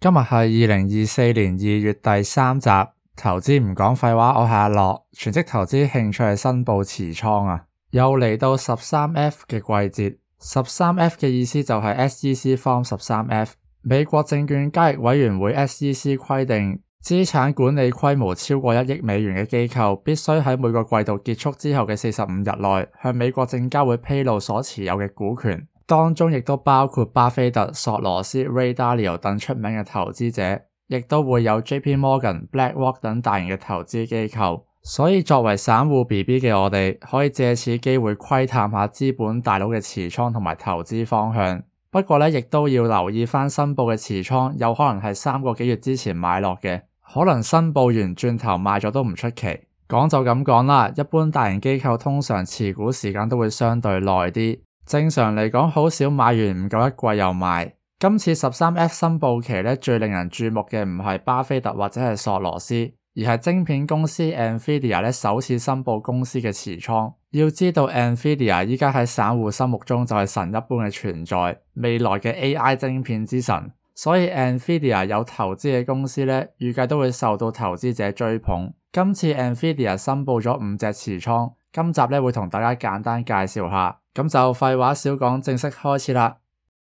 今日係2024年2月第3集，投資唔講廢話，我係阿樂，全職投資興趣係申報持倉啊。又嚟到 13F 嘅季節， 13F 嘅意思就係 SEC Form 13F， 美國證券交易委員會 SEC 規定，資產管理規模超過1億美元嘅機構必須喺每個季度結束之後嘅45日內向美國證交會披露所持有嘅股權，當中亦都包括巴菲特、索羅斯、Ray Dalio 等出名嘅投資者，亦都會有 JP Morgan、BlackRock 等大型嘅投資機構。所以作為散戶 BB 嘅我哋，可以借此機會窺探下資本大佬嘅持倉同埋投資方向。不過呢，亦都要留意返申報嘅持倉有可能係3個幾月之前買落嘅，可能申報完轉頭賣咗都唔出奇。講就咁講啦，一般大型機構通常持股時間都會相對耐啲，正常嚟講好少買完唔夠一季又賣。今次 13F 申報期呢，最令人注目嘅唔係巴菲特或者係索羅斯，而係晶片公司 Nvidia 呢首次申報公司嘅持倉。要知道 Nvidia 依家喺散戶心目中就係神一般嘅存在，未來嘅 AI 晶片之神。所以 Nvidia 有投資嘅公司呢，預計都會受到投資者追捧。今次 Nvidia 申報咗5隻持倉，今集呢會同大家簡單介紹下。咁就廢話少講，正式開始啦。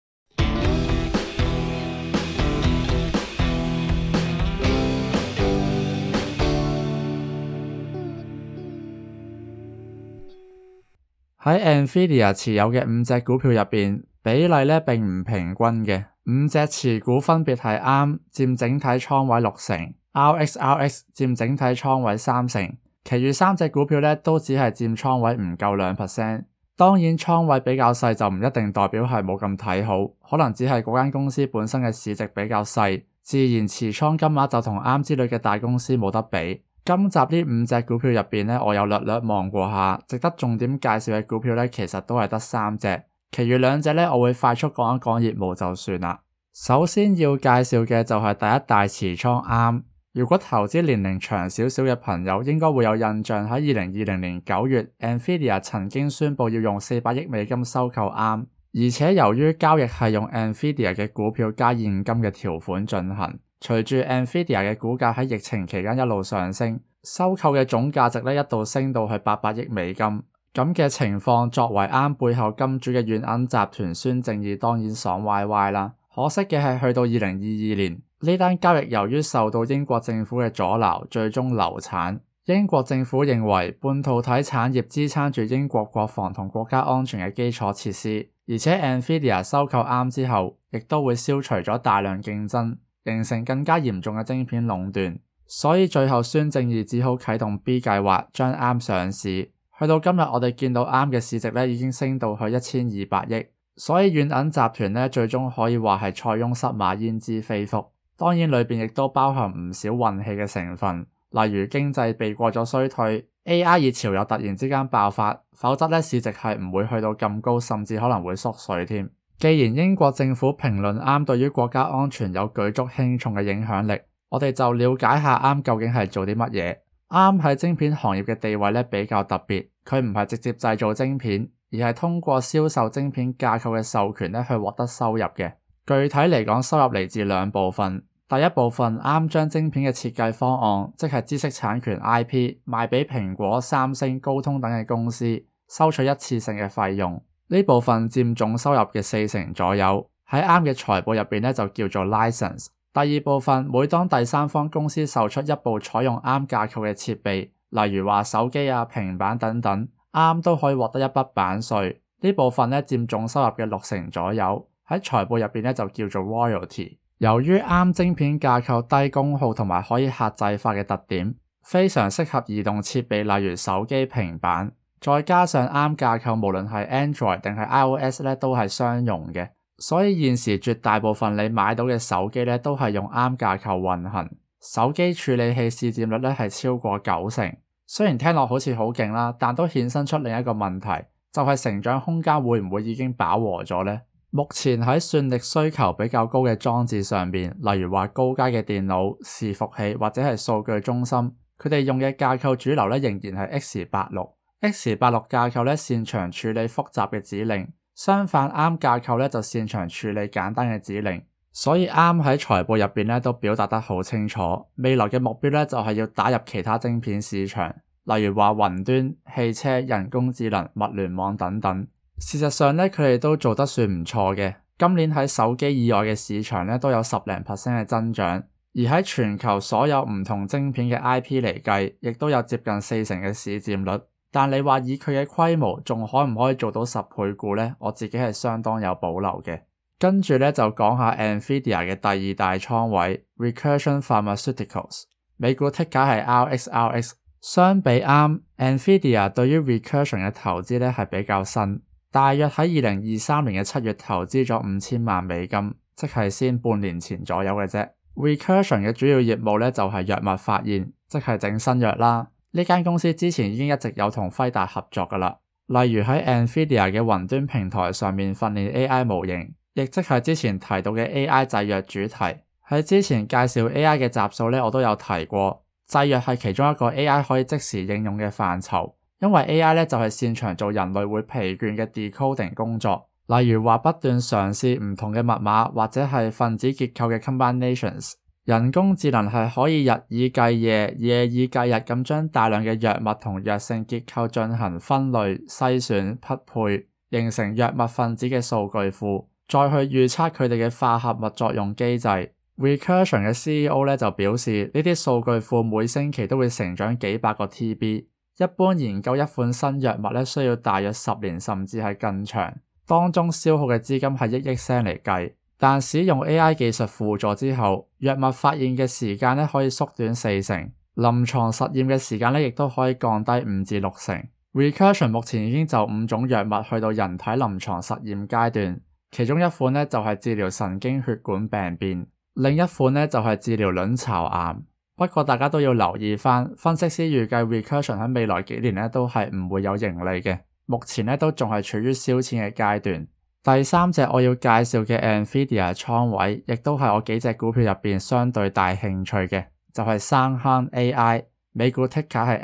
喺 Nvidia 持有嘅5隻股票入邊，比例呢並唔平均嘅。5隻持股分別係 ARM 佔整體倉位60%，RXRX 佔整體倉位30%，其餘3隻股票呢都只係佔倉位唔夠2%。當然倉位比較細就唔一定代表係冇咁睇好，可能只係嗰間公司本身嘅市值比較細，自然持倉金額就同ARM之類嘅大公司冇得比。今集呢5隻股票入邊呢，我有略望過下，值得重點介紹嘅股票呢，其實都係得3隻，其餘2隻呢，我會快速講一講業務就算啦。首先要介紹嘅就係第一大持倉 ARM。如果投資年齡長少少嘅朋友，應該會有印象喺2020年9月 Nvidia 曾經宣布要用400億美金收購 ARM， 而且由於交易係用 Nvidia 嘅股票加現金嘅條款進行，隨住 Nvidia 嘅股價喺疫情期間一路上升，收購嘅總價值呢一度升到去800億美金。咁嘅情況，作為 ARM 背後金主嘅軟銀集團孫正義當然爽歪歪啦。可惜嘅係去到2022年，呢單交易由於受到英國政府嘅阻撓，最終流產。英國政府認為半導體產業支撐住英國國防同國家安全嘅基礎設施，而且 Nvidia 收購 ARM 之後，亦都會消除咗大量競爭，形成更加嚴重嘅晶片壟斷。所以最後孫正義只好啟動 B 計劃，將 ARM 上市。去到今日，我哋見到 ARM 嘅市值呢已經升到去1200億。所以軟銀集團呢，最終可以話係塞翁失馬焉知非福。當然裏邊亦都包含唔少運氣嘅成分，例如經濟避過咗衰退， AI 熱潮又突然之間爆發，否則呢市值係唔會去到咁高，甚至可能會縮水添。既然英國政府評論 ARM 對於國家安全有舉足輕重嘅影響力，我哋就了解下 ARM 究竟係做啲乜嘢。ARM 喺晶片行業嘅地位呢比較特別，佢唔係直接製造晶片，而係通過銷售晶片架構嘅授權去獲得收入嘅。具體嚟講，收入嚟自2部分。第一部分 ARM 將晶片嘅設計方案，即係知識產權 IP 賣俾蘋果、三星、高通等嘅公司，收取一次性嘅費用。呢部分佔總收入嘅40%左右，喺 ARM 嘅財報入邊就叫做 license。第二部分，每當第三方公司售出一部採用 ARM 架構嘅設備，例如話手機啊、平板等等，ARM 都可以獲得一筆版稅。呢部分佔總收入嘅60%左右，喺財報入邊就叫做 royalty。由於 ARM 晶片架構低功耗同埋可以客製化嘅特點，非常適合移動設備，例如手機、平板。再加上 ARM 架構無論係 Android 定係 iOS 都係相容嘅，所以現時絕大部分你買到嘅手機都係用 ARM 架構運行。手機處理器市佔率係超過90%。雖然聽落好似好勁啦，但都衍生出另一個問題，就係成長空間會唔會已經飽和咗呢？目前喺算力需求比較高嘅裝置上面，例如話高階嘅電腦、伺服器或者係數據中心，佢哋用嘅架構主流仍然係 X86。X86 架構擅長處理複雜嘅指令，相反 ARM 架構就擅長處理簡單嘅指令。 所以ARM喺財報入邊咧都表達得好清楚，未來嘅目標咧就係要打入其他晶片市場，例如話雲端、汽車、人工智能、物聯網等等。事實上咧佢哋都做得算唔錯嘅，今年喺手機以外嘅市場咧都有10%嘅增長，而喺全球所有唔同晶片嘅 IP 嚟計，亦都有接近40%嘅市佔率。但你話以佢嘅規模，仲可唔可以做到10倍股呢？我自己係相當有保留嘅。跟住咧就講下 NVIDIA 嘅第二大倉位 Recursion Pharmaceuticals， 美股 ticker 係 RXRX。相比啱 NVIDIA 對於 Recursion 嘅投資咧係比較新，大約喺2023年嘅7月投資咗5000萬美金，即係先半年前左右嘅啫。Recursion 嘅主要業務咧就係藥物發現，即係整新藥啦。呢間公司之前已經一直有同輝達合作㗎啦，例如喺 NVIDIA 嘅雲端平台上面訓練 AI 模型，亦即係之前提到嘅 AI 製藥主題。喺之前介紹 AI 嘅集數咧，我都有提過，製藥係其中一個 AI 可以即時應用嘅範疇，因為 AI 咧就係擅長做人類會疲倦嘅 decoding 工作，例如話不斷嘗試唔同嘅密碼或者係分子結構嘅 combinations。人工智能係可以日以繼夜、夜以繼日咁將大量嘅藥物同藥性結構進行分類、篩選、匹配，形成藥物分子嘅數據庫，再去預測佢哋嘅化合物作用機制。Recursion 嘅 CEO 咧就表示，呢啲數據庫每星期都會成長幾百個 TB， 一般研究一款新藥物咧需要大約10年甚至係更長，當中消耗嘅資金係億聲嚟計。但使用 AI 技術輔助之後，藥物發現嘅時間咧可以縮短40%，臨床實驗嘅時間咧亦都可以降低5至6成。Recursion 目前已經就5種藥物去到人體臨床實驗階段，其中一款咧就係治療神經血管病變，另一款咧就係治療卵巢癌。不過大家都要留意返，分析師預計 Recursion 喺未來幾年咧都係唔會有盈利嘅，目前咧都仲係處於燒錢嘅階段。第三隻我要介紹嘅 NVIDIA 倉位，亦都係我幾隻股票入邊相對大興趣嘅，就係生坑 AI， 美股 ticker 係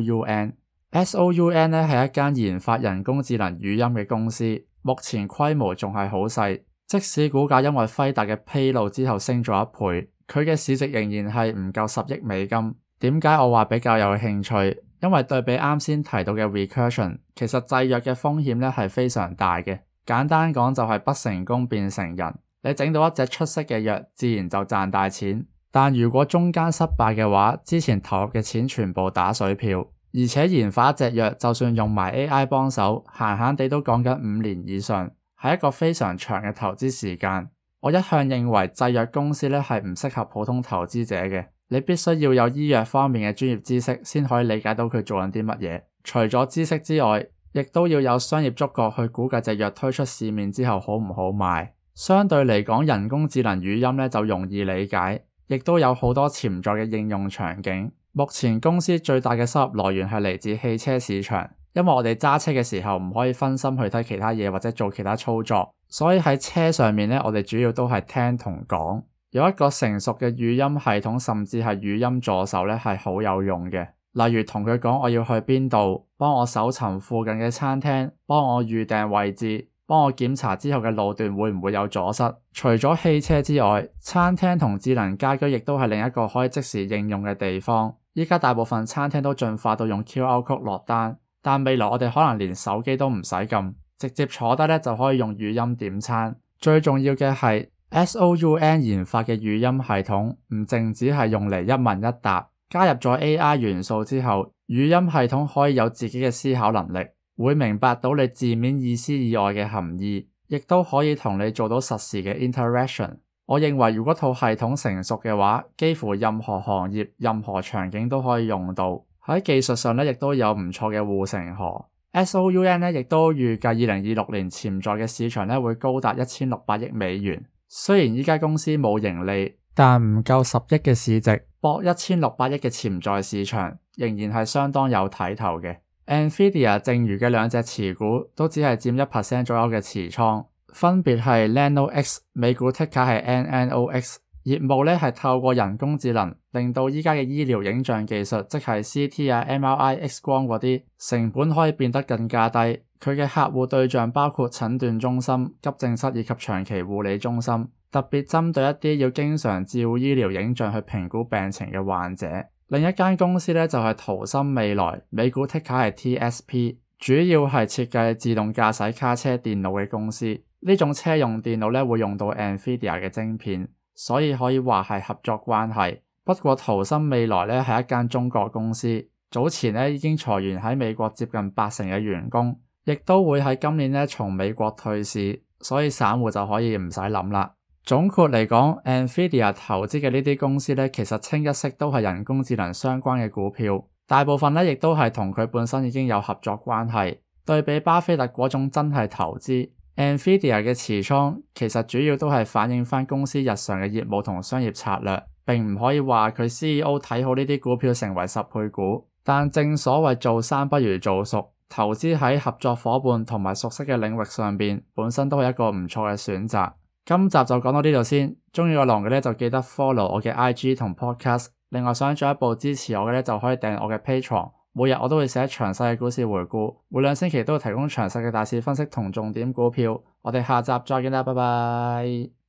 SOUN。SOUN 咧係一間研發人工智能語音嘅公司，目前規模仲係好細，即使股價因為輝達嘅披露之後升咗1倍，佢嘅市值仍然係唔夠10億美金。點解我話比較有興趣？因為對比啱先提到嘅 Recursion， 其實製藥嘅風險咧係非常大嘅。簡單講就係不成功變成仁，你整到一隻出色嘅藥，自然就賺大錢。但如果中間失敗嘅話，之前投入嘅錢全部打水漂，而且研發一隻藥，就算用埋 AI 幫手，閒閒地都講緊5年以上，係一個非常長嘅投資時間。我一向認為製藥公司咧係唔適合普通投資者嘅，你必須要有醫藥方面嘅專業知識，先可以理解到佢做緊啲乜嘢。除咗知識之外，亦都要有商業觸覺去估計隻藥推出市面之後好唔好賣。相對嚟講，人工智能語音咧就容易理解，亦都有好多潛在嘅應用場景。目前公司最大嘅收入來源係嚟自汽車市場，因為我哋揸車嘅時候唔可以分心去睇其他嘢或者做其他操作，所以喺車上面咧我哋主要都係聽同講。有一個成熟嘅語音系統甚至係語音助手咧係好有用嘅。例如同佢講我要去邊度，幫我搜尋附近嘅餐廳，幫我預訂位置，幫我檢查之後嘅路段會唔會有阻塞。除咗汽車之外，餐廳同智能家居亦都係另一個可以即時應用嘅地方。依家大部分餐廳都進化到用 QR code 落單，但未來我哋可能連手機都唔使撳，直接坐低咧就可以用語音點餐。最重要嘅係 SOUN 研發嘅語音系統唔淨只係用嚟一問一答。加入咗 AI 元素之後，語音系統可以有自己嘅思考能力，會明白到你字面意思以外嘅含義，亦都可以同你做到實時嘅 interaction。我認為如果套系統成熟嘅話，幾乎任何行業、任何場景都可以用到。喺技術上咧，亦都有唔錯嘅護城河。SOUN 咧，亦都預計2026年潛在嘅市場咧會高達1600億美元。雖然依家公司冇盈利，但唔夠10億嘅市值，博1600億嘅潛在市場，仍然係相當有睇頭嘅。NVIDIA 剩餘嘅兩隻持股都只係佔1% 左右嘅持倉，分別係 Nano-X， 美股 ticker 係 NNOX， 業務咧係透過人工智能令到依家嘅醫療影像技術，即係 CT 啊、MRI、X 光嗰啲成本可以變得更加低。佢嘅客戶對象包括診斷中心、急症室以及長期護理中心。 特別針對一啲要經常照醫療影像去評估病情嘅患者。另一間公司呢，就係圖森未來，美股 ticker 係 TSP， 主要係設計自動駕駛卡車電腦嘅公司。呢種車用電腦呢，會用到 NVIDIA 嘅晶片，所以可以話係合作關係。不過圖森未來呢，係一間中國公司，早前呢已經裁員喺美國接近80%嘅員工，亦都會喺今年呢從美國退市，所以散戶就可以唔使諗啦。總括嚟講 ，NVIDIA 投資嘅呢啲公司呢，其實清一色都係人工智能相關嘅股票，大部分呢亦都係同佢本身已經有合作關係。對比巴菲特嗰種真係投資，NVIDIA 嘅持倉其實主要都係反映返公司日常嘅業務同商業策略，並唔可以話佢 CEO 睇好呢啲股票成為10倍股。但正所謂做生不如做熟，投資喺合作夥伴同埋熟悉嘅領域上邊，本身都係一個唔錯嘅選擇。今集就講到呢度先，鍾意我郎嘅呢，就記得 follow 我嘅 IG 同 podcast， 另外想進一步支持我嘅呢，就可以訂閱我嘅 Patreon， 每日我都會寫詳細嘅股市回顧，每2星期都會提供詳細嘅大市分析同重點股票。我哋下集再見啦，拜拜。